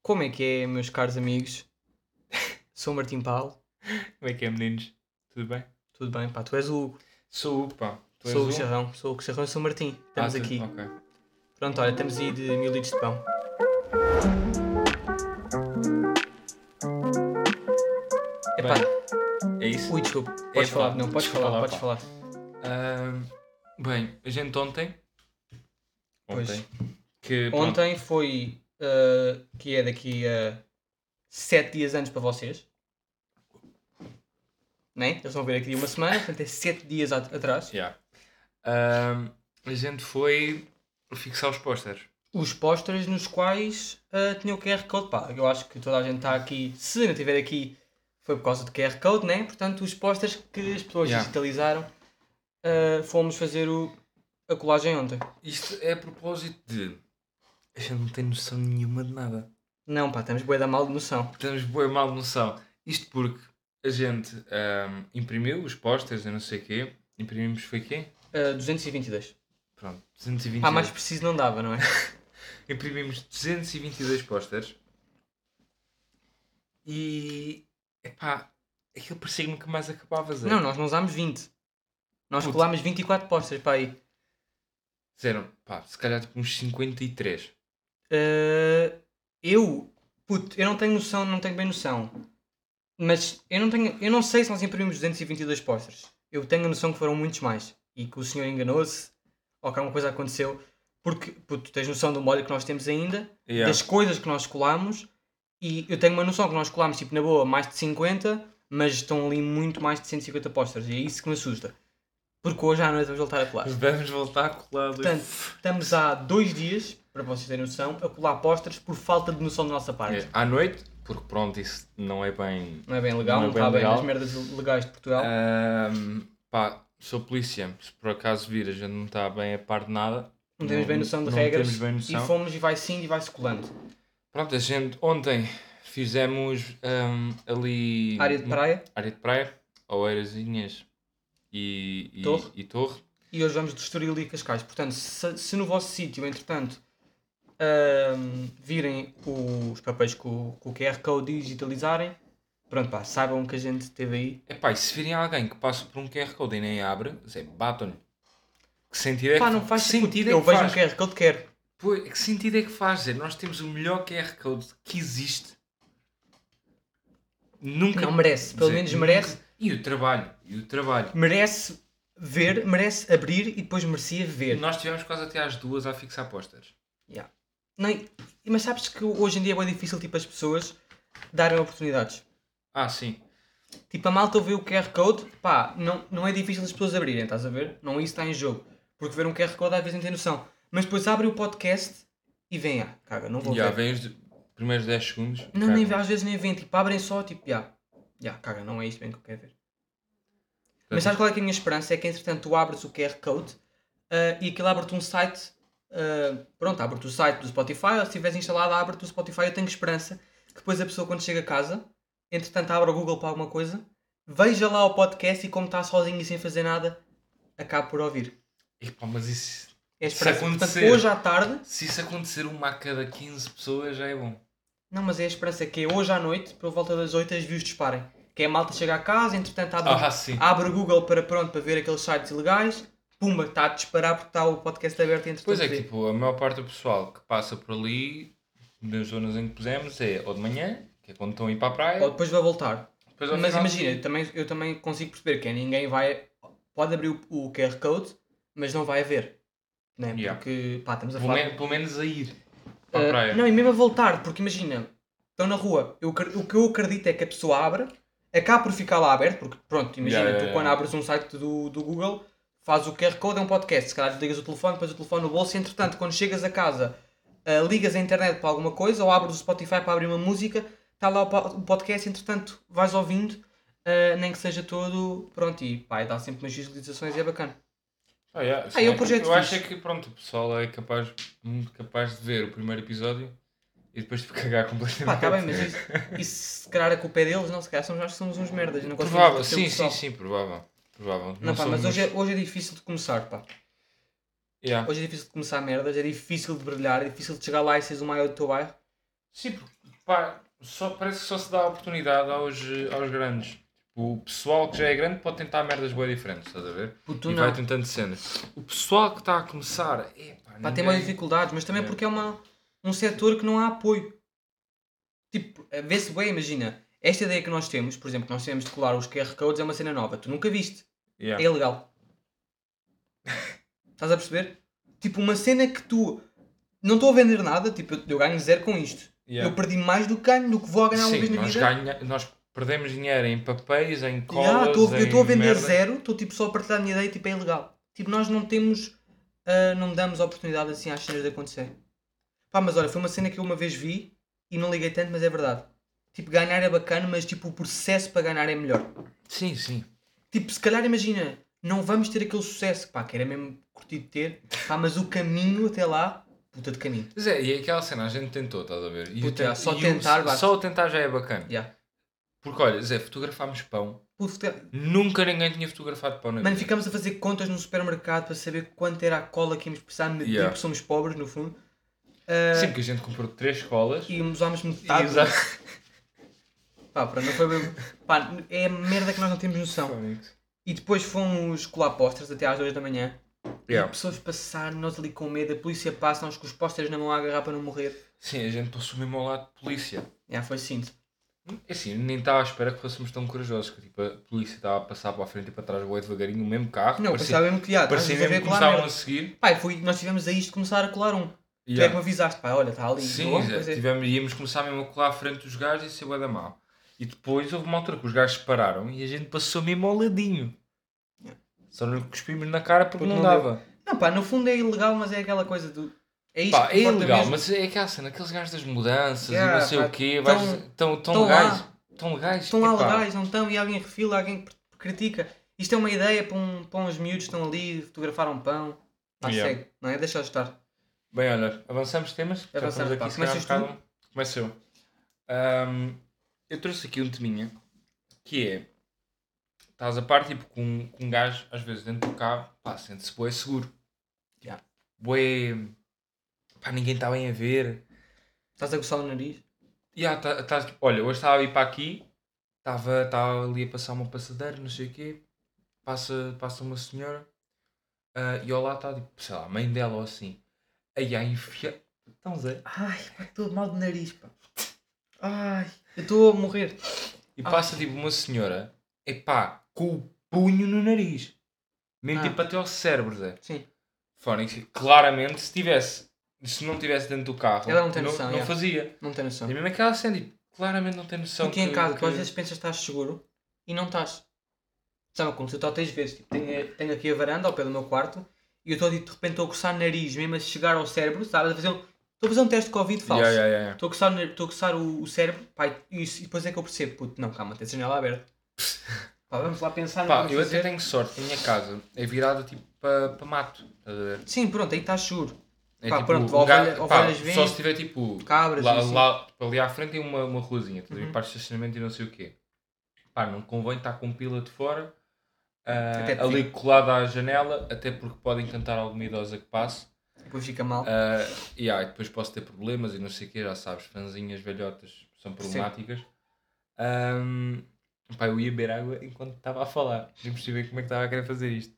Como é que é, meus caros amigos? Sou o Martim Paulo. Como é que é, meninos? Tudo bem? Tudo bem, pá? Tu és o Hugo. Sou o pá. Tu és Sou o o? Guicharrão. Sou o Guicharrão e sou o Martim. Estamos aqui. Ok. Pronto, olha, estamos aí de 1000 litros de pão. Epá, É isso? ui, desculpa. Podes falar. Não, podes Desculpa falar, lá, podes pá. falar. Bem, a gente ontem... Pois. Que, pronto, Ontem foi, que é daqui a 7 dias antes para vocês. Né? Eles vão ver aqui uma semana, portanto é 7 dias atrás. yeah. A gente foi fixar os pósteres. Os pósteres nos quais tinha o QR Code, pá. Eu acho que toda a gente está aqui, se não estiver aqui, foi por causa do QR Code, né? Portanto, os pósteres que as pessoas Yeah. digitalizaram, fomos fazer a colagem ontem. Isto é a propósito de... A gente não tem noção nenhuma de nada. Não, pá, estamos bué da mal de noção. Temos boa mal noção. Isto porque a gente imprimiu os pósteres, eu não sei o quê. Imprimimos foi quê? 222. Pronto, 222. Pá, mais preciso não dava, não é? Imprimimos 222 pósteres e epá, aquilo parecia que nunca mais acabava, Zé. Não, nós não usámos 20. Nós Puto. colámos 24 pósteres para aí. Disseram, pá, se calhar tipo uns 53. Eu não tenho noção, não tenho bem noção. Mas eu não sei se nós imprimimos 222 pósteres. Eu tenho a noção que foram muitos mais. E que o senhor enganou-se, ou que alguma coisa aconteceu. Porque, tu tens noção do molho que nós temos ainda, das coisas que nós colámos, e eu tenho uma noção que nós colámos, tipo, na boa, mais de 50, mas estão ali muito mais de 150 pósteres, e é isso que me assusta. Porque hoje à noite vamos voltar a colar. Vamos voltar a colar. Portanto, estamos há 2 dias, para vocês terem noção, a colar pósteres por falta de noção da nossa parte. À noite, porque pronto, isso não é bem... Não é bem legal, não Não é bem está bem legal. nas merdas legais de Portugal. Pá, sou polícia, se por acaso vir a gente não está bem a par de nada. Não temos bem noção de não regras. temos bem noção. E fomos e vai sim e vai-se colando. Pronto, a gente ontem fizemos ali... Área de praia. Área de praia, Oeirazinhas e Torre. E hoje vamos de Estoril e Cascais. Portanto, se no vosso sítio, entretanto, virem os papéis com o QR Code e digitalizarem, pronto, pá, saibam que a gente esteve aí. Epá, e se virem alguém que passa por um QR Code e nem abre, batam-lhe. Que sentido é Pá, que não faz sentido? Eu vejo um QR Code, quero. Pô, que sentido é que faz? Zé? Nós temos o melhor QR Code que existe. Nunca. Não merece, pelo menos merece. E o trabalho. Merece ver, merece abrir e depois merecia ver. Nós tivemos quase até às 2 a fixar pósteres. Yeah. Não, mas sabes que hoje em dia é bem difícil, tipo, as pessoas darem oportunidades. Ah, sim. Tipo, a malta ouve o QR Code, pá, não é difícil as pessoas abrirem, estás a ver? Não isso está em jogo. Porque ver um QR Code às vezes não tem noção. Mas depois abrem o podcast e vêm, caga, não vou ver. Vem os primeiros 10 segundos. Não, às vezes nem vêm, tipo, abrem só, tipo, caga, não é isto bem que eu quero ver. Mas sabes qual é que é a minha esperança? É que entretanto tu abres o QR Code e aquilo abre-te um site, abre-te o site do Spotify, ou se estiveres instalado abre-te o Spotify. Eu tenho esperança que depois a pessoa quando chega a casa, entretanto abre o Google para alguma coisa, veja lá o podcast e como está sozinho e sem fazer nada, acabe por ouvir. Epá, mas isso... É a esperança. acontecer, portanto, hoje à tarde... Se isso acontecer uma a cada 15 pessoas já é bom. Não, mas é a esperança que é hoje à noite, por volta das 8, as views disparem. Que é a malta chega a casa, entretanto abre o Google para ver aqueles sites ilegais, pumba, está a disparar porque está o podcast aberto e entretanto... Pois é, tipo, a maior parte do pessoal que passa por ali, nas zonas em que pusemos, é ou de manhã, que é quando estão a ir para a praia... Ou depois vai voltar. Depois Mas imagina, eu também consigo perceber que ninguém vai... Pode abrir o QR Code, mas não vai ver. Né? Porque, pá, estamos a falar... Pelo menos a ir para a praia. Não, e mesmo a voltar, porque imagina, estão na rua, o que eu acredito é que a pessoa abre, acaba por ficar lá aberto, porque pronto, imagina, tu quando abres um site do Google, fazes o QR Code, é um podcast, se calhar desligas o telefone, depois o telefone no bolso, e entretanto, quando chegas a casa, ligas a internet para alguma coisa, ou abres o Spotify para abrir uma música, está lá o podcast, entretanto, vais ouvindo, nem que seja todo, pronto, e pá, dá sempre umas visualizações e é bacana. É um projeto eu acho que pronto, o pessoal é muito capaz de ver o primeiro episódio e depois de cagar completamente. Pá, está bem, mas isso se calhar a culpa é deles, não, se calhar somos nós que somos uns merdas. Não provável, sim, provável. Não pá, mas hoje é difícil de começar, pá. Hoje é difícil de começar merdas, é difícil de brilhar, é difícil de chegar lá e seres o maior do teu bairro. Sim, porque pá, parece que só se dá a oportunidade aos grandes. O pessoal que já é grande pode tentar merdas bem diferentes, estás a ver? Puto, e não. vai tentando cenas. O pessoal que está a começar, Pá, tem mais dificuldades, mas também porque é um setor que não há apoio. Tipo, vê-se bem, imagina, esta ideia que nós temos, por exemplo, que nós temos de colar os QR Codes é uma cena nova, tu nunca viste. É ilegal. Estás a perceber? Tipo, uma cena que tu não estou a vender nada, tipo, eu ganho zero com isto. Eu perdi mais do que ganho, do que vou a ganhar uma vez na vida. Nós perdemos dinheiro em papéis, em colas, eu estou a vender zero, estou tipo só a partilhar a minha ideia, tipo, é ilegal. Tipo, nós não temos, não damos oportunidade assim às cenas de acontecer. Pá, mas olha, foi uma cena que eu uma vez vi e não liguei tanto, mas é verdade. Tipo, ganhar é bacana, mas tipo, o processo para ganhar é melhor. Sim, sim. Tipo, se calhar imagina, não vamos ter aquele sucesso, pá, que era mesmo curtido de ter, pá, mas o caminho até lá, puta de caminho. Mas e aquela cena a gente tentou, estás a ver? Puta, só o tentar já é bacana. Yeah. Porque olha, Zé, fotografámos pão. Nunca ninguém tinha fotografado pão na vida. Mano, ficámos a fazer contas no supermercado para saber quanto era a cola que íamos precisar de meter, porque somos pobres no fundo. Sim, porque a gente comprou 3 colas. E usámos metade. Pá, pronto, não foi bem. Pá, é a merda que nós não temos noção. E depois fomos colar pósteres até às 2 da manhã. E pessoas passaram, nós ali com medo, a polícia passa, nós com os pósteres na mão a agarrar para não morrer. Sim, a gente passou mesmo ao lado de polícia. Foi assim. Assim, nem estava à espera que fôssemos tão corajosos, que tipo, a polícia estava a passar para a frente e para trás, bem devagarinho, o mesmo carro. Não, parecia mesmo que parecia mesmo que começavam a seguir. Pá, nós tivemos a isto de começar a colar um. Tu é que me avisaste, pá, olha, está ali. Sim, íamos começar mesmo a colar à frente dos gajos e ser bué da mal. E depois houve uma altura que os gajos pararam e a gente passou mesmo ao ladinho. Só não cuspimos na cara porque não dava. Não, pá, no fundo é ilegal, mas é aquela coisa do... É isto pá, é ilegal, mas é aquela cena, aqueles gajos das mudanças e não sei o quê, estão legais. Estão legais. Estão lá legais, não estão, e alguém refila, alguém critica. Isto é uma ideia para uns miúdos que estão ali, fotografaram pão. Pá, segue, não é? Deixa-os estar. Bem, olha, avançamos temas. Avançamos aqui. Começas tu? Começo eu. Eu trouxe aqui um teminha, que é... Estás a par, tipo, com um gajo, às vezes, dentro do carro, pá, sente-se bué seguro. Bué... Pá, ninguém está bem a ver. Estás a coçar o nariz? Olha, hoje estava a ir para aqui, estava ali a passar uma passadeira, não sei o quê, passa uma senhora, e ao lado está, tipo, sei lá, a mãe dela ou assim. Aí a enfiar... Então, Zé... Ai, pá, estou mal de nariz, pá. Ai, eu estou a morrer. E passa, tipo, uma senhora, epá, com o punho no nariz. Mesmo tipo até ao cérebro, Zé. Sim. Fónix, claramente, se não estivesse dentro do carro, ela não tem noção, não fazia. Não tem noção. E mesmo aquela cena, tipo, claramente não tem noção. Porque em casa, tu às vezes pensas que estás seguro e não estás. Sabe, aconteceu tal 3 vezes. Tipo, tenho aqui a varanda ao pé do meu quarto e eu estou de repente a coçar o nariz, mesmo a chegar ao cérebro, sabes? Estou a fazer um teste de Covid falso. Estou a coçar o cérebro, pá, e depois é que eu percebo, puto, não, calma, tem a janela aberta. Pá, vamos lá pensar no que eu até tenho sorte que a minha casa é virada tipo para mato. Estás a ver? Sim, pronto, aí estás seguro. É pá, tipo, pronto, ovelhas vêm, só se tiver tipo cabras, lá ali à frente tem uma ruazinha, para o estacionamento e não sei o quê. Pá, não convém estar com pila de fora ali colada à janela, até porque podem cantar alguma idosa que passe. Depois fica mal. E depois posso ter problemas e não sei o quê, já sabes, fanzinhas velhotas são problemáticas. Pá, eu ia beber água enquanto estava a falar. Nem percebi como é que estava a querer fazer isto.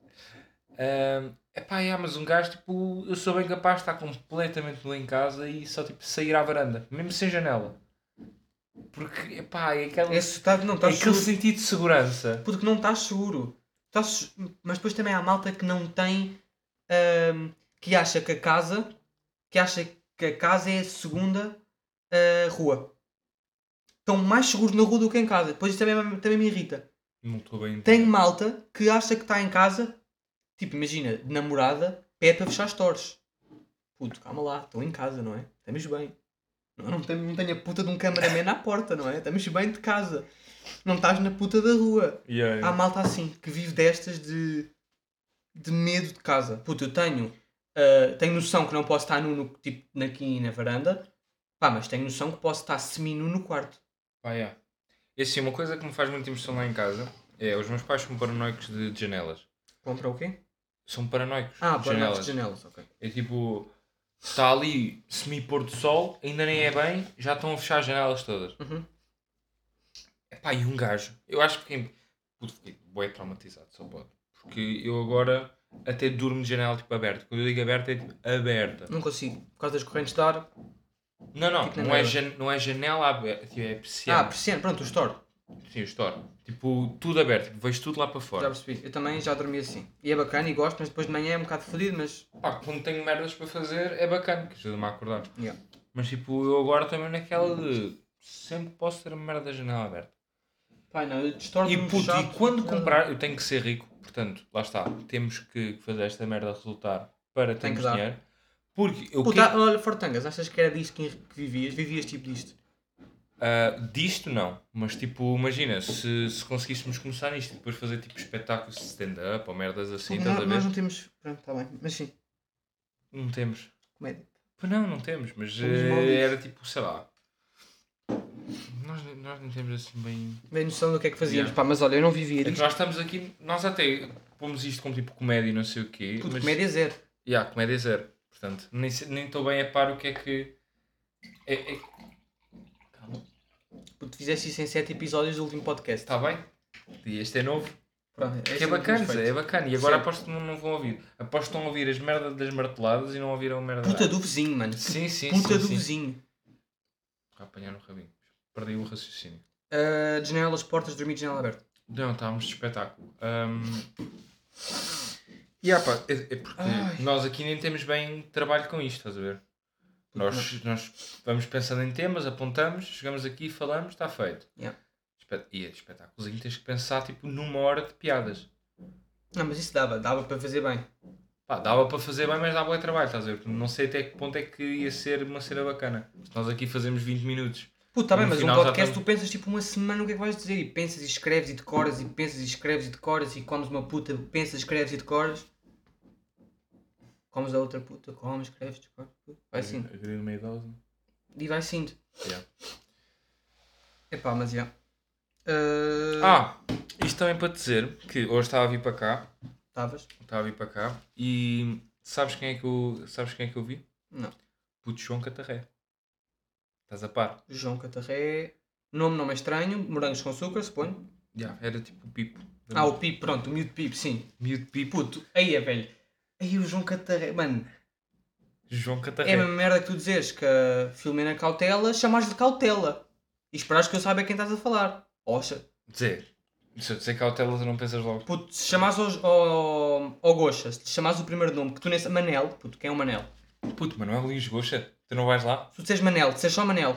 Mas um gajo, tipo, eu sou bem capaz de estar completamente nu em casa e só, tipo, sair à varanda, mesmo sem janela. Porque, é aquele sentido de segurança. Porque não estás seguro. Mas depois também há malta que não tem... que acha que a casa é a segunda rua. Estão mais seguros na rua do que em casa. Depois isso também me irrita. Não estou bem. Tem malta que acha que está em casa, tipo, imagina, de namorada, pede para fechar stores. Puto, calma lá, estou em casa, não é? Estamos bem. Não tenho a puta de um cameraman à porta, não é? Estamos bem de casa. Não estás na puta da rua. Há malta assim, que vive destas de medo de casa. Puto, eu tenho noção que não posso estar nu tipo, aqui na varanda, pá, mas tenho noção que posso estar semi-nu no quarto. E assim, uma coisa que me faz muita impressão lá em casa é os meus pais são paranoicos de janelas. Compra o quê? São paranoicos de janelas. Ok. É tipo, está ali semi-pôr do sol, ainda nem é bem, já estão a fechar as janelas todas. Uhum. Epá, e um gajo, eu acho que fiquei bué traumatizado, só pode. Porque eu agora até durmo de janela tipo aberta. Quando eu digo aberta, é tipo aberta. Não consigo. Por causa das correntes de ar. Não, Tipo na não é, merda. não é janela aberta, tipo, é persiana. Persiana. Pronto, o store. Sim, eu estouro. Tipo, tudo aberto, tipo, vejo tudo lá para Já fora. percebi. Eu também já dormi assim. E é bacana e gosto, mas depois de manhã é um bocado fodido, mas... Pá, quando tenho merdas para fazer, é bacana, que ajuda-me a acordar. Yeah. Mas tipo, eu agora também naquela de sempre posso ter a merda da janela aberta. Pai, não, eu distorno E um puto, e chato. quando comprar, eu tenho que ser rico, portanto, lá está, temos que fazer esta merda resultar para Tem que termos dar. dinheiro. Porque eu Puta, olha, Fortangas, achas que era disto que vivias? Vivias tipo disto? disto não, mas tipo, imagina, se conseguíssemos começar nisto e depois fazer tipo espetáculos de stand-up ou merdas assim, estás a ver? Nós não temos... Pronto, está bem. Mas sim, Não temos. comédia. Pois não temos, mas Somos malditos. era tipo, sei lá. Nós não temos assim bem. Bem noção do que é que fazíamos. Yeah. Pá, mas olha, eu não vivia É que disto. nós estamos aqui, nós até pomos isto como tipo comédia e não sei o quê. Puto, Mas, comédia zero. comédia zero. Portanto, nem estou bem a par o que é que. Calma. Puto, fizeste isso em 7 episódios do último podcast. Está bem? E este é novo. Pronto, Que é assim bacana, tínhamos Zé, é feito. bacana. E agora Sim. aposto que não vão ouvir. Aposto que estão a ouvir as merdas das marteladas e não ouviram a merda Puta da... do vizinho, mano. Sim, sim, Puta sim, do sim. vizinho. A apanhar no rabinho. Perdi o raciocínio. De janelas, portas, dormir de janela aberta. Não, estávamos de espetáculo. Pá, é porque Ai. nós aqui nem temos bem trabalho com isto, estás a ver? Nós vamos pensando em temas, apontamos, chegamos aqui, falamos, está feito. Yeah. E espetáculos tens que pensar tipo numa hora de piadas. Não, mas isso dava para fazer bem. Pá, dava para fazer bem, mas dá bom trabalho, estás a ver? Não sei até que ponto é que ia ser uma cena bacana. Se nós aqui fazemos 20 minutos. Puta, tá E bem, no mas um final já podcast estamos- tu pensas tipo uma semana o que é que vais dizer. E pensas e escreves e decoras e pensas e escreves e decoras e comes uma puta, pensas, escreves e decoras. Comes a outra puta, comes, escreves, decoras. Vai sim. Agrego meio dose. E vai sim. Yeah. Epá, mas já. Isto também para te dizer que hoje estava a vir para cá. Estavas? Estava a vir para cá e sabes quem é que eu vi? Não. Puto João Catarré. Estás a par? João Catarré. Nome não é estranho. Morangos com açúcar, suponho. Era tipo o Pipo. O Pipo, pronto. O miúdo Pipo, sim. Miúdo Pipo. Puto, aí é velho. Aí o João Catarré. Mano, João Catarré. é a mesma merda que tu dizes que a Filomena Cautela, chamares-lhe Cautela. E esperares que eu saiba quem estás a falar. Oxa. Dizer, se eu disser cautela, tu não pensas logo. Puto, se chamares ao Goxa, se te chamares o primeiro nome, que tu nem sabes. Manel. Puto, quem é o Manel? Puto, mas não é Luís Goxa? Tu não vais lá? Se tu disseres Manel, disseres só Manel.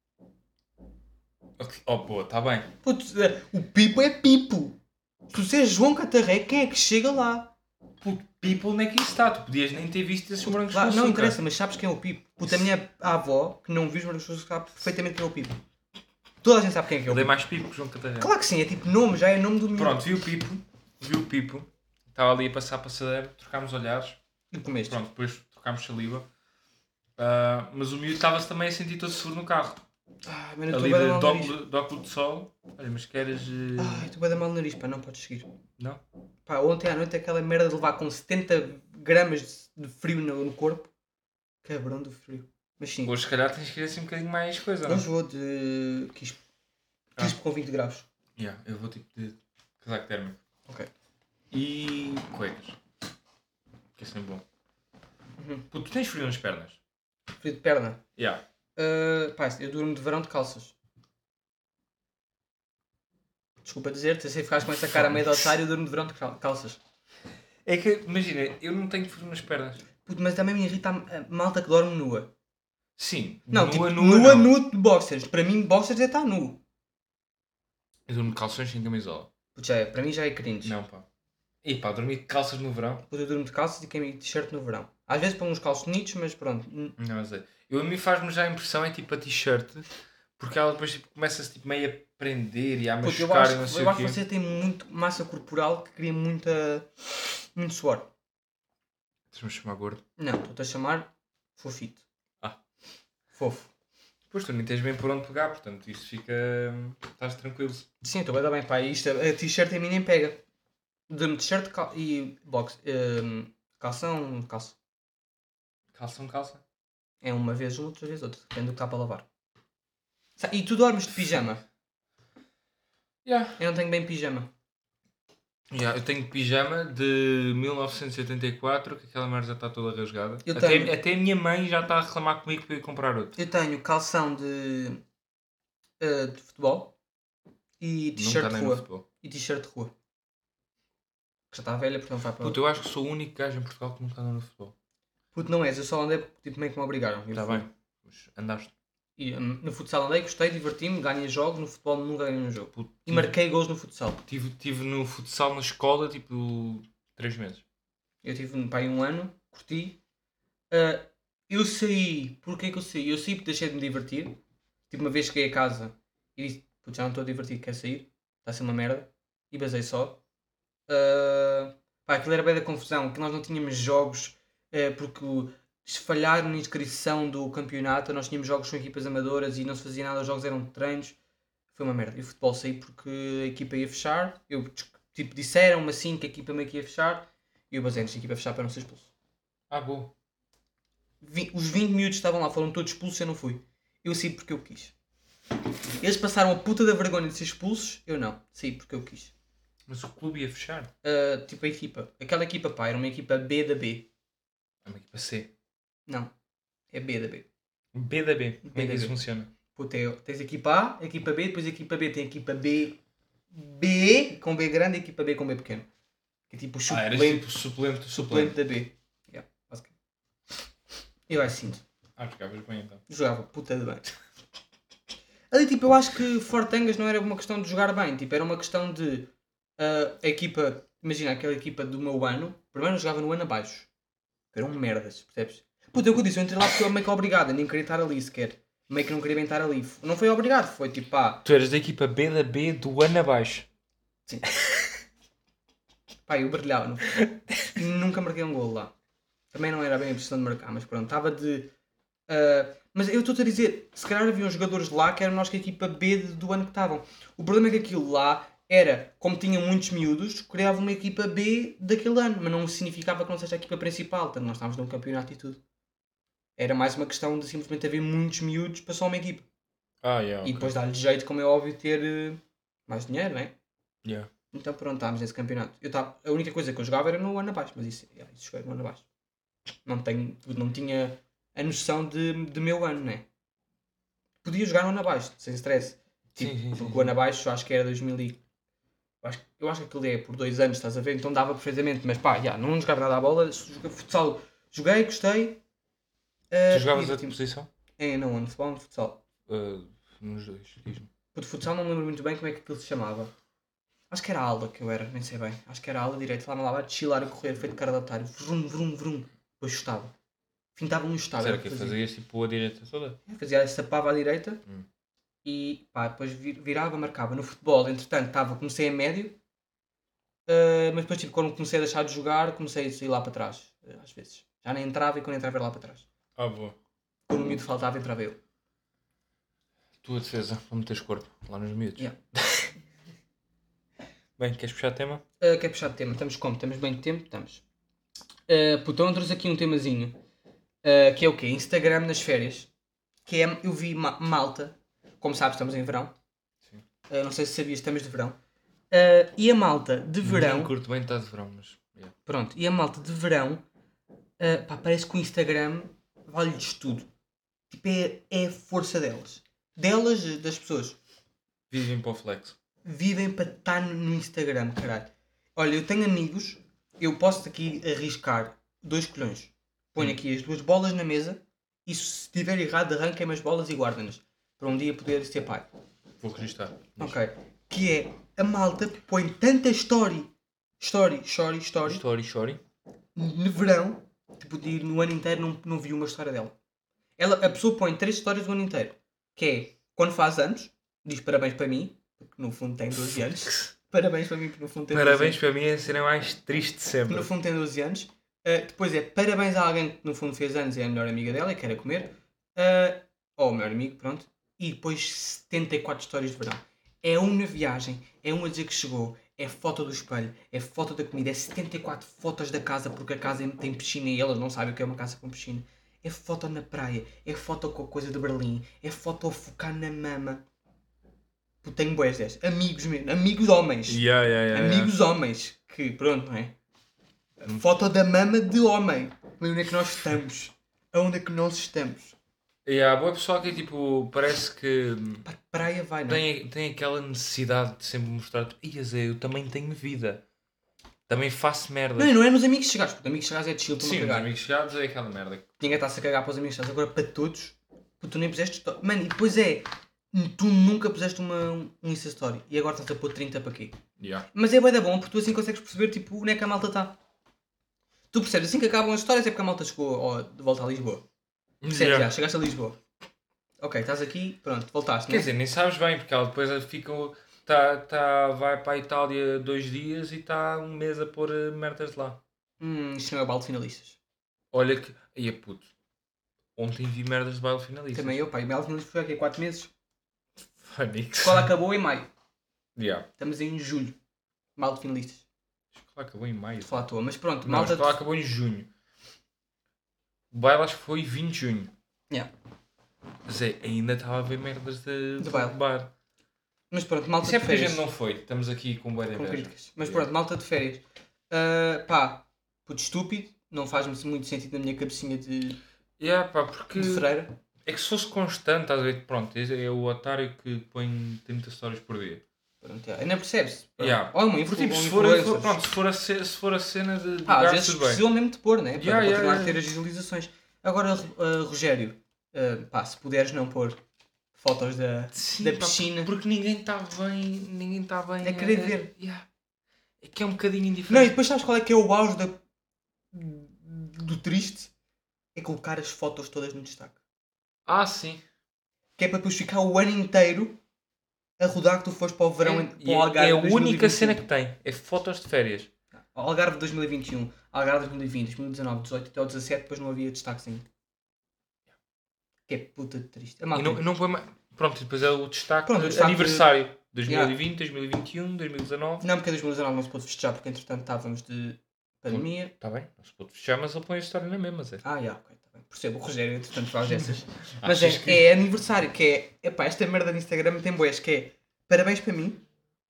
Oh, pô, está bem. Puto, o Pipo é Pipo. Se tu disseres João Catarré, quem é que chega lá? Puto, Pipo, onde é que isso está? Tu podias nem ter visto esses morangos com Não açúcar. interessa, mas sabes quem é o Pipo? Puta, a minha avó, que não viu os morangos com açúcar, sabe perfeitamente quem é o Pipo. Toda a gente sabe quem é que é o Ele é Pipo. mais Pipo que João Catarré. Claro que sim, é tipo nome, já é nome do miúdo. Pronto, viu o Pipo. Estava ali a passar a passadeira, trocámos olhares. E comeste. Pronto, depois trocámos saliva. Mas o miúdo estava-se também a sentir todo seguro no carro. Mano, eu Ali estou bem mal de no nariz. óculos de sol. Olha, mas queres... Estou bem mal no nariz, pá, não podes seguir. Não? Pá, ontem à noite aquela merda de levar com 70 gramas de frio no corpo. Cabrão do frio. Mas sim, Hoje se calhar tens que ir assim um bocadinho mais coisa, não? hoje vou de quispo. Quispo com 20 graus. Eu vou tipo de casaco térmico. Ok. E cuecas. Que é sempre bom. Pô, tu tens frio nas pernas? Frio de perna. Yeah. Eu durmo de verão de calças. Desculpa dizer-te, se ficares com essa cara meio de otário, eu durmo de verão de calças. É que, imagina, eu não tenho frio nas pernas. Puto, mas também me irrita a malta que dorme nua. Sim. Não, nua nu de boxers. Para mim, boxers é estar nu. Eu durmo de calções sem camisola. Puto, para mim já é cringe. Não, pá. E pá, dormir de calças no verão? Puto, eu durmo de calças e queimo t-shirt no verão. Às vezes ponho uns calçonitos, mas pronto. Não sei. A mim faz-me já a impressão, é tipo a t-shirt, porque ela depois tipo, começa-se tipo, meio a prender e a Puto, eu machucar e não sei acho o que quê. você tem muito massa corporal que cria muito suor. Estás-me a chamar gordo? Não, estou-te a chamar fofito. Fofo. Pois tu nem tens bem por onde pegar, portanto isso fica... Estás tranquilo. Sim, estou bem, pá. Isto, a t-shirt a mim nem pega. Dê-me t-shirt e box. Calção, calça. Calça. É uma vez uma, outra vez outra. Depende do que está para lavar. E tu dormes de pijama? Yeah. Eu não tenho bem pijama. Yeah, eu tenho pijama de 1984, que aquela merda já está toda rasgada. Eu tenho. Até a minha mãe já está a reclamar comigo para ir comprar outro. Eu tenho calção de futebol e t-shirt Nunca de andei no rua. futebol. E t-shirt de rua. Que já está velha, porque não vai para. Puta, eu acho que sou o único gajo em Portugal que nunca andou no futebol. Puto, não és, eu só andei porque tipo, meio que me obrigaram. Eu Está fui. bem, mas andaste. E, no futsal andei, gostei, diverti-me, ganhei jogos, no futebol nunca ganhei um jogo. Puto, E marquei gols no futsal. Tive no futsal na escola tipo 3 meses. Eu tive pá, aí um ano, curti. Ah, eu saí, porquê que eu saí? Eu saí porque deixei de me divertir. Tipo, uma vez cheguei a casa e disse, puto, já não estou divertido, quero sair. Está a ser uma merda. E basei só. Pá, aquilo era bem da confusão, que nós não tínhamos jogos, porque se falharam na inscrição do campeonato, nós tínhamos jogos com equipas amadoras e não se fazia nada, os jogos eram treinos. Foi uma merda. E o futebol saí porque a equipa ia fechar. Tipo, disseram-me assim que a equipa meio que ia fechar. E eu basei antes da equipa fechar para não ser expulso. Ah, boa. Os 20 miúdos estavam lá, foram todos expulsos, eu não fui. Eu saí porque eu quis. Eles passaram a puta da vergonha de ser expulsos, eu não. Saí porque eu quis. Mas o clube ia fechar. Tipo a equipa. Aquela equipa, pá, era uma equipa B da B. É uma equipa C. Não. É B da B. B da B. Como é que da isso B. funciona? Puta, tens a equipa A, a equipa B, depois a equipa B tem a equipa B com B grande e a equipa B com B pequeno. Que é tipo o Era suplente, tipo suplente do suplente suplente. da B. Yeah, basicamente. Eu assim. Jogavas bem então. Jogava puta de bem. Ali tipo, eu acho que Fortangas não era uma questão de jogar bem, tipo, era uma questão de a equipa, imagina aquela equipa do meu ano, primeiro eu jogava no ano abaixo. Eram merdas, percebes? Puta, eu disse, eu entrei lá porque eu meio que obrigado, eu nem queria estar ali sequer. Meio que não queria bem estar ali. Não foi obrigado, foi tipo pá. Tu eras da equipa B da B do ano abaixo. Sim. Pá, eu brilhava no futebol. Nunca marquei um golo lá. Também não era bem a posição de marcar, mas pronto, estava de. Mas eu estou-te a dizer, se calhar havia uns jogadores de lá que eram nós que a equipa B do ano que estavam. O problema é que aquilo lá era, como tinha muitos miúdos, criava uma equipa B daquele ano, mas não significava que não seja a equipa principal, portanto nós estávamos num campeonato e tudo. Era mais uma questão de simplesmente haver muitos miúdos para só uma equipa. Yeah, E depois dá-lhe jeito, como é óbvio, ter mais dinheiro, não é? Yeah. Então pronto, estávamos nesse campeonato. A única coisa que eu jogava era no ano abaixo, mas isso joguei no ano abaixo. Não tinha a noção de meu ano, né? Podia jogar no ano abaixo, sem stress. Tipo, Sim. porque o ano abaixo acho que era 2000 e... Eu acho que aquilo é por 2 anos, estás a ver? Então dava perfeitamente. Mas pá, não jogava nada à bola. Futsal, joguei, gostei. Tu jogavas a tua posição? Não, no futebol, no futsal. Nos dois, diz-me. O de futsal não me lembro muito bem como é que aquilo se chamava. Acho que era a ala que eu era, nem sei bem. Acho que era a ala direita, lá de chilar a correr, feito cara de otário. Vrum, vrum, vrum. Depois chutava. Fintava um chutava. Será que fazias tipo a direita toda? Fazia, sapava à direita e pá, depois virava, marcava. No futebol, entretanto, comecei a médio, mas depois tipo, quando comecei a deixar de jogar, comecei a ir lá para trás, às vezes. Já nem entrava e quando entrava ia lá para trás. Boa. Quando o miúdo faltava, entrava eu. Tua defesa, para meteres corpo lá nos miúdos. Yeah. Bem, queres puxar tema? Quer puxar de tema? Estamos como? Estamos bem de tempo? Estamos. Então trouxe aqui um temazinho, que é o quê? Instagram nas férias. Que é, eu vi malta, como sabes, estamos em verão. Sim. Não sei se sabias, estamos de verão. E a malta de verão... Não curto bem estar de verão, mas... Yeah. Pronto, e a malta de verão, pá, parece que o Instagram vale-lhes tudo. Tipo, é a força delas. Das pessoas. Vivem para o flex. Vivem para estar no Instagram, caralho. Olha, eu tenho amigos, eu posso aqui arriscar 2 colhões. Ponho aqui as 2 bolas na mesa e se estiver errado arranquem-me as bolas e guardem-nas. Para um dia poder ser pai. Vou registrar. Ok. Que é, a malta põe tanta story. Story. No verão, tipo, no ano inteiro não vi uma história dela. A pessoa põe 3 histórias do ano inteiro. Que é, quando faz anos, diz parabéns para mim, porque no fundo tem 12 anos. Parabéns para mim, porque no fundo tem 12 anos. Parabéns para mim é a cena mais triste de sempre. No fundo tem 12 anos. Depois é parabéns a alguém que no fundo fez anos e é a melhor amiga dela e quer a comer. Ou o melhor amigo, pronto. E depois 74 histórias de verão. É uma viagem, é um a dizer que chegou, é foto do espelho, é foto da comida, é 74 fotos da casa porque a casa tem piscina e elas não sabem o que é uma casa com piscina. É foto na praia, é foto com a coisa de Berlim, é foto a focar na mama. Puto, tenho bués destas. Amigos mesmo, amigos homens. Amigos homens. Que pronto, não é? Foto da mama de homem. Onde é que nós estamos? Aonde é que nós estamos? E há boa pessoa que tipo, parece que Pá, que praia vai, não é? tem aquela necessidade de sempre mostrar, eu também tenho vida. Também faço merda. Não é nos amigos chegados. Porque amigos chegados é de chill, tu não Sim, os cagar. amigos chegados é aquela merda. Ninguém está-se a cagar para os amigos chegados. Agora para todos, puto, tu nem puseste story. Mano, e depois tu nunca puseste um Insta Story. E agora estás a pôr 30 para quê? Yeah. Mas é bué da bom, porque tu assim consegues perceber tipo, onde é que a malta está. Tu percebes, assim que acabam as histórias é porque a malta chegou de volta a Lisboa. Percebes, já, chegaste a Lisboa. Ok, estás aqui, pronto, voltaste, Quer dizer, nem sabes bem, porque ela depois fica. Vai para a Itália 2 dias e está um mês a pôr merdas de lá. Isto não é balde finalistas. Olha que. Aí é puto. Ontem vi merdas de baile finalistas. Também eu, pá, e balde finalistas foi aqui 4 meses. A Fónix. escola acabou em maio. Yeah. Estamos em julho. Balde finalistas. A escola acabou em maio. Estou a falar à toa, mas pronto, Não, a malta. escola acabou em junho. O baile acho que foi 20 de junho. Yeah. Mas ainda estava a ver merdas de baile. bar. Mas pronto, malta Isso é de porque a férias. gente não foi. Estamos aqui com bué de Com inveja. críticas. Mas pronto, malta de férias. Pá, puto estúpido. Não faz muito sentido na minha cabecinha de Yeah, pá, porque freira. é que se fosse constante, estás a ver? Pronto, esse é o otário que põe 30 stories por dia. Pronto, yeah. Ainda percebe-se. Yeah. Ou uma Porque, tipo, se for a cena de às gajos, vezes tudo bem. precisam mesmo de pôr, né? Para Yeah, continuar yeah, a ter as visualizações. Agora, Rogério, pá, se puderes não pôr fotos da Sim, da pá, piscina. porque ninguém está bem. Ninguém está bem. É querer ver. Yeah. É que é um bocadinho Não, e indiferente. depois sabes qual é que é o auge do triste? É colocar as fotos todas no destaque. Ah, sim. Que é para depois ficar o ano inteiro a rodar que tu foste para o verão, para o Algarve É a 2021. única cena que tem. É fotos de férias. Algarve 2021, Algarve 2020, 2019, 18 até o 17, depois não havia destaques ainda. Que é puta de triste. A E malta- não põe mais. Pronto, e depois é o destaque. Pronto, o destaque aniversário. 2020, 2021, 2019. Não, porque em 2019 não se pôde festejar, porque entretanto estávamos de pandemia. Está bem, não se pode fechar, mas ele põe a história na mesma, Zé. Ok, tá bem. Percebo, o Rogério entretanto faz essas. Mas Achas que- é aniversário, que é... Epá, esta merda de Instagram tem boés, que é... Parabéns para mim.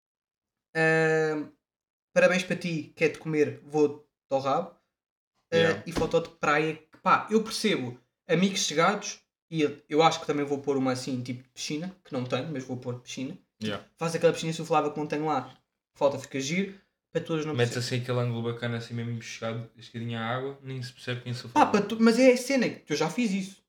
Parabéns para ti, que é de comer, vou-te ao rabo. Yeah. E foto de praia. Que, pá, eu percebo. Amigos chegados. E eu acho que também vou pôr uma assim, tipo de piscina. Que não tenho, mas vou pôr piscina. Yeah. Faz aquela piscina insuflável que não tenho lá. Foto fica giro. Para todas não Metes percebo. assim aquele ângulo bacana, assim mesmo chegado, escadinha à água, nem se percebe quem sofreu. Pá, mas é a cena, que eu já fiz isso.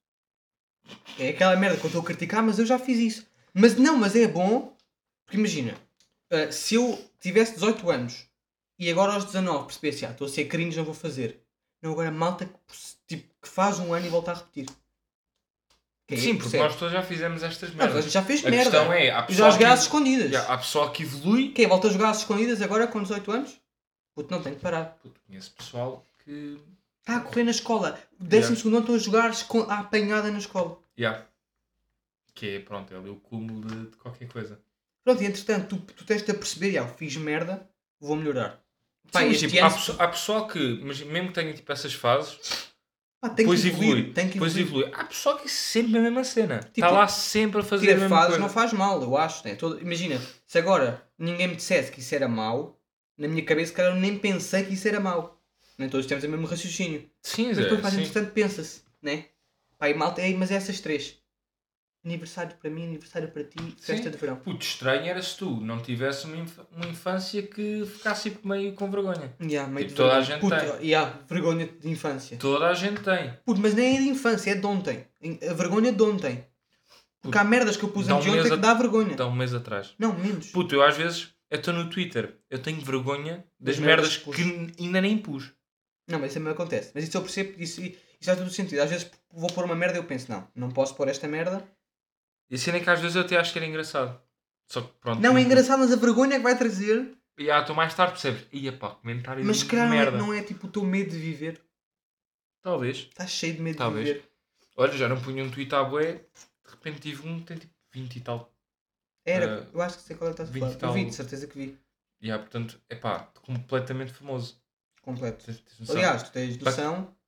É aquela merda que eu estou a criticar, mas eu já fiz isso. Mas é bom, porque imagina, se eu tivesse 18 anos e agora aos 19 percebesse, estou a ser cringe, não vou fazer. Não, agora malta que faz um ano e volta a repetir. Que aí Sim, porque percebe. nós todos já fizemos estas Não, merdas. a gente já fez A merda. questão é, há Eu pessoal já joguei às que- escondidas. Há pessoal que evolui. Quem volta a jogar às escondidas agora com 18 anos? Puto, não, tenho que parar. Puto, conheço pessoal que... Está a correr na escola. 12º ano estou a jogar à apanhada na escola. Yeah. Que é, pronto, é ali o cúmulo de qualquer coisa. Pronto, e entretanto, tu tens-te a perceber, fiz merda, vou melhorar. Pá, Sim, mas, este tipo, ano... há pessoal que, mas mesmo que tenha tipo, essas fases, Tem depois que evolui. Tem que Depois evoluir. evolui. Há pessoal que é sempre a mesma cena. Tipo, Está lá sempre a fazer a Ter mesma fases coisa. não faz mal, eu acho. Né? Imagina, se agora ninguém me dissesse que isso era mau, na minha cabeça, cara, eu nem pensei que isso era mau. Nem todos temos o mesmo raciocínio. Sim, Mas Zé, depois, mais sim. entretanto, pensa-se, né? Pá, e malta, mas é essas três. Aniversário para mim, aniversário para ti, festa de verão. Puto, estranho era se tu não tivesse uma infância que ficasse tipo, meio com vergonha. Meio Tipo, de toda a vergonha. gente Puto, vergonha de infância. Toda a gente tem. Puto, mas nem é de infância, é de ontem. A vergonha é de ontem. Porque há merdas que eu pus Dá um antes de mês ontem que dá vergonha. Há um mês atrás. Não, menos. Puto, eu às vezes estou no Twitter, eu tenho vergonha das Das merdas merdas que pus. que ainda nem pus. Não, mas isso também acontece. Mas isso eu percebo, isso faz todo o sentido. Às vezes vou pôr uma merda e eu penso, não posso pôr esta merda. E a cena é que às vezes eu até acho que era engraçado. Só que pronto. Não, é engraçado, mas a vergonha que vai trazer. E tu mais tarde percebes. Ia pá, comentários Mas se de calhar merda. não é tipo o teu medo de viver. Talvez. Estás cheio de medo Talvez. de viver. Olha, já não punha um tweet à bué. De repente tive um que tem tipo 20 e tal. Era, eu acho que sei qual é que estás a 20 falar. e Eu tal. vi, de certeza que vi. E portanto, é pá, completamente famoso. Completo. Tens noção? Aliás, tu tens noção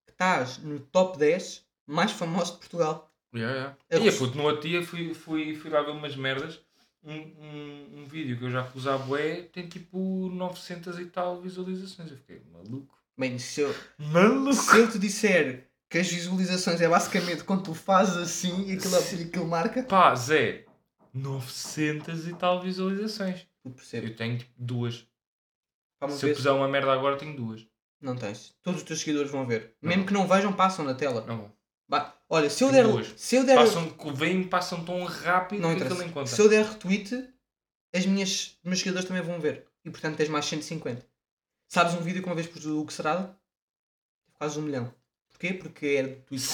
que estás no top 10 mais famosos de Portugal. E puto, no outro dia fui lá ver umas merdas. Um vídeo que eu já pus à bué tem tipo 900 e tal visualizações. Eu fiquei maluco. Bem, se eu te disser que as visualizações é basicamente quando tu fazes assim e aquilo marca. Pá, Zé, 900 e tal visualizações. Tu percebes? Eu tenho tipo 2. Vamos Se ver eu puser uma merda agora, tenho 2. Não tens. Todos os teus seguidores vão ver. Não. Mesmo que não vejam, passam na tela. Não. Olha, se eu Tenho der. duas. Se eu der. Passam tão rápido Não que aquilo interessa. nem conta. Se eu der retweet, os meus seguidores também vão ver. E portanto tens mais 150. Sabes um vídeo que uma vez pus do Hugo Serrada? Teve quase 1 milhão. Porquê? Porque era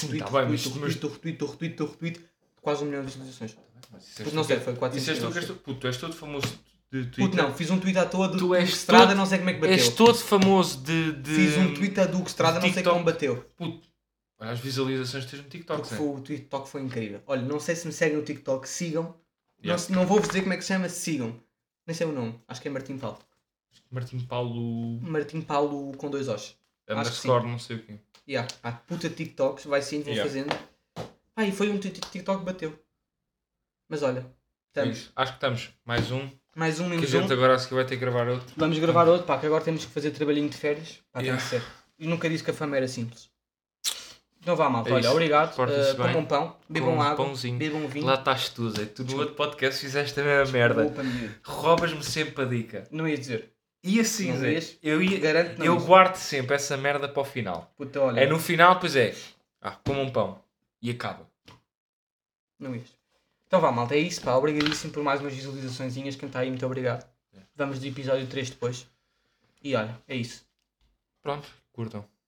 retweet, quase 1 milhão de visualizações. Mas não sei, foi 400 tu és todo famoso de Twitter. Puto, não, fiz um tweet à toa do Hugo Estrada, não sei como é que bateu. És todo famoso de... Fiz um tweet do Hugo Estrada, não sei como bateu. Puto, olha as visualizações que tens no TikTok. O TikTok foi incrível. Olha, não sei se me seguem no TikTok, sigam. Não vou-vos dizer como é que se chama, sigam. Nem sei o nome, acho que é Martim Paulo. Martim Paulo com 2 Os. Underscore, não sei o quê. Puta TikToks, vai sim, vou fazendo. E foi um TikTok que bateu. Mas olha, estamos. Acho que estamos. Mais um. Que a gente agora acho que vai ter que gravar outro. Vamos gravar outro, que agora temos que fazer trabalhinho de férias. Tem que ser. E nunca disse que a fama era simples. Não vá mal, olha, obrigado. Comam pão, bebam água, pãozinho. bebam vinho. Lá estás tu, Zé. Tu no outro podcast fizeste a mesma merda. Roubas-me sempre a dica. Não ia dizer. E assim, Zé, Garanto, eu guardo sempre essa merda para o final. Puta, olha. É no final, pois é. Comam pão. E acaba. Não ias. Então vá, malta, é isso, pá. Obrigadíssimo por mais umas visualizaçõezinhas. Quem está aí, muito obrigado. Vamos do episódio 3 depois. E olha, é isso. Pronto, curtam.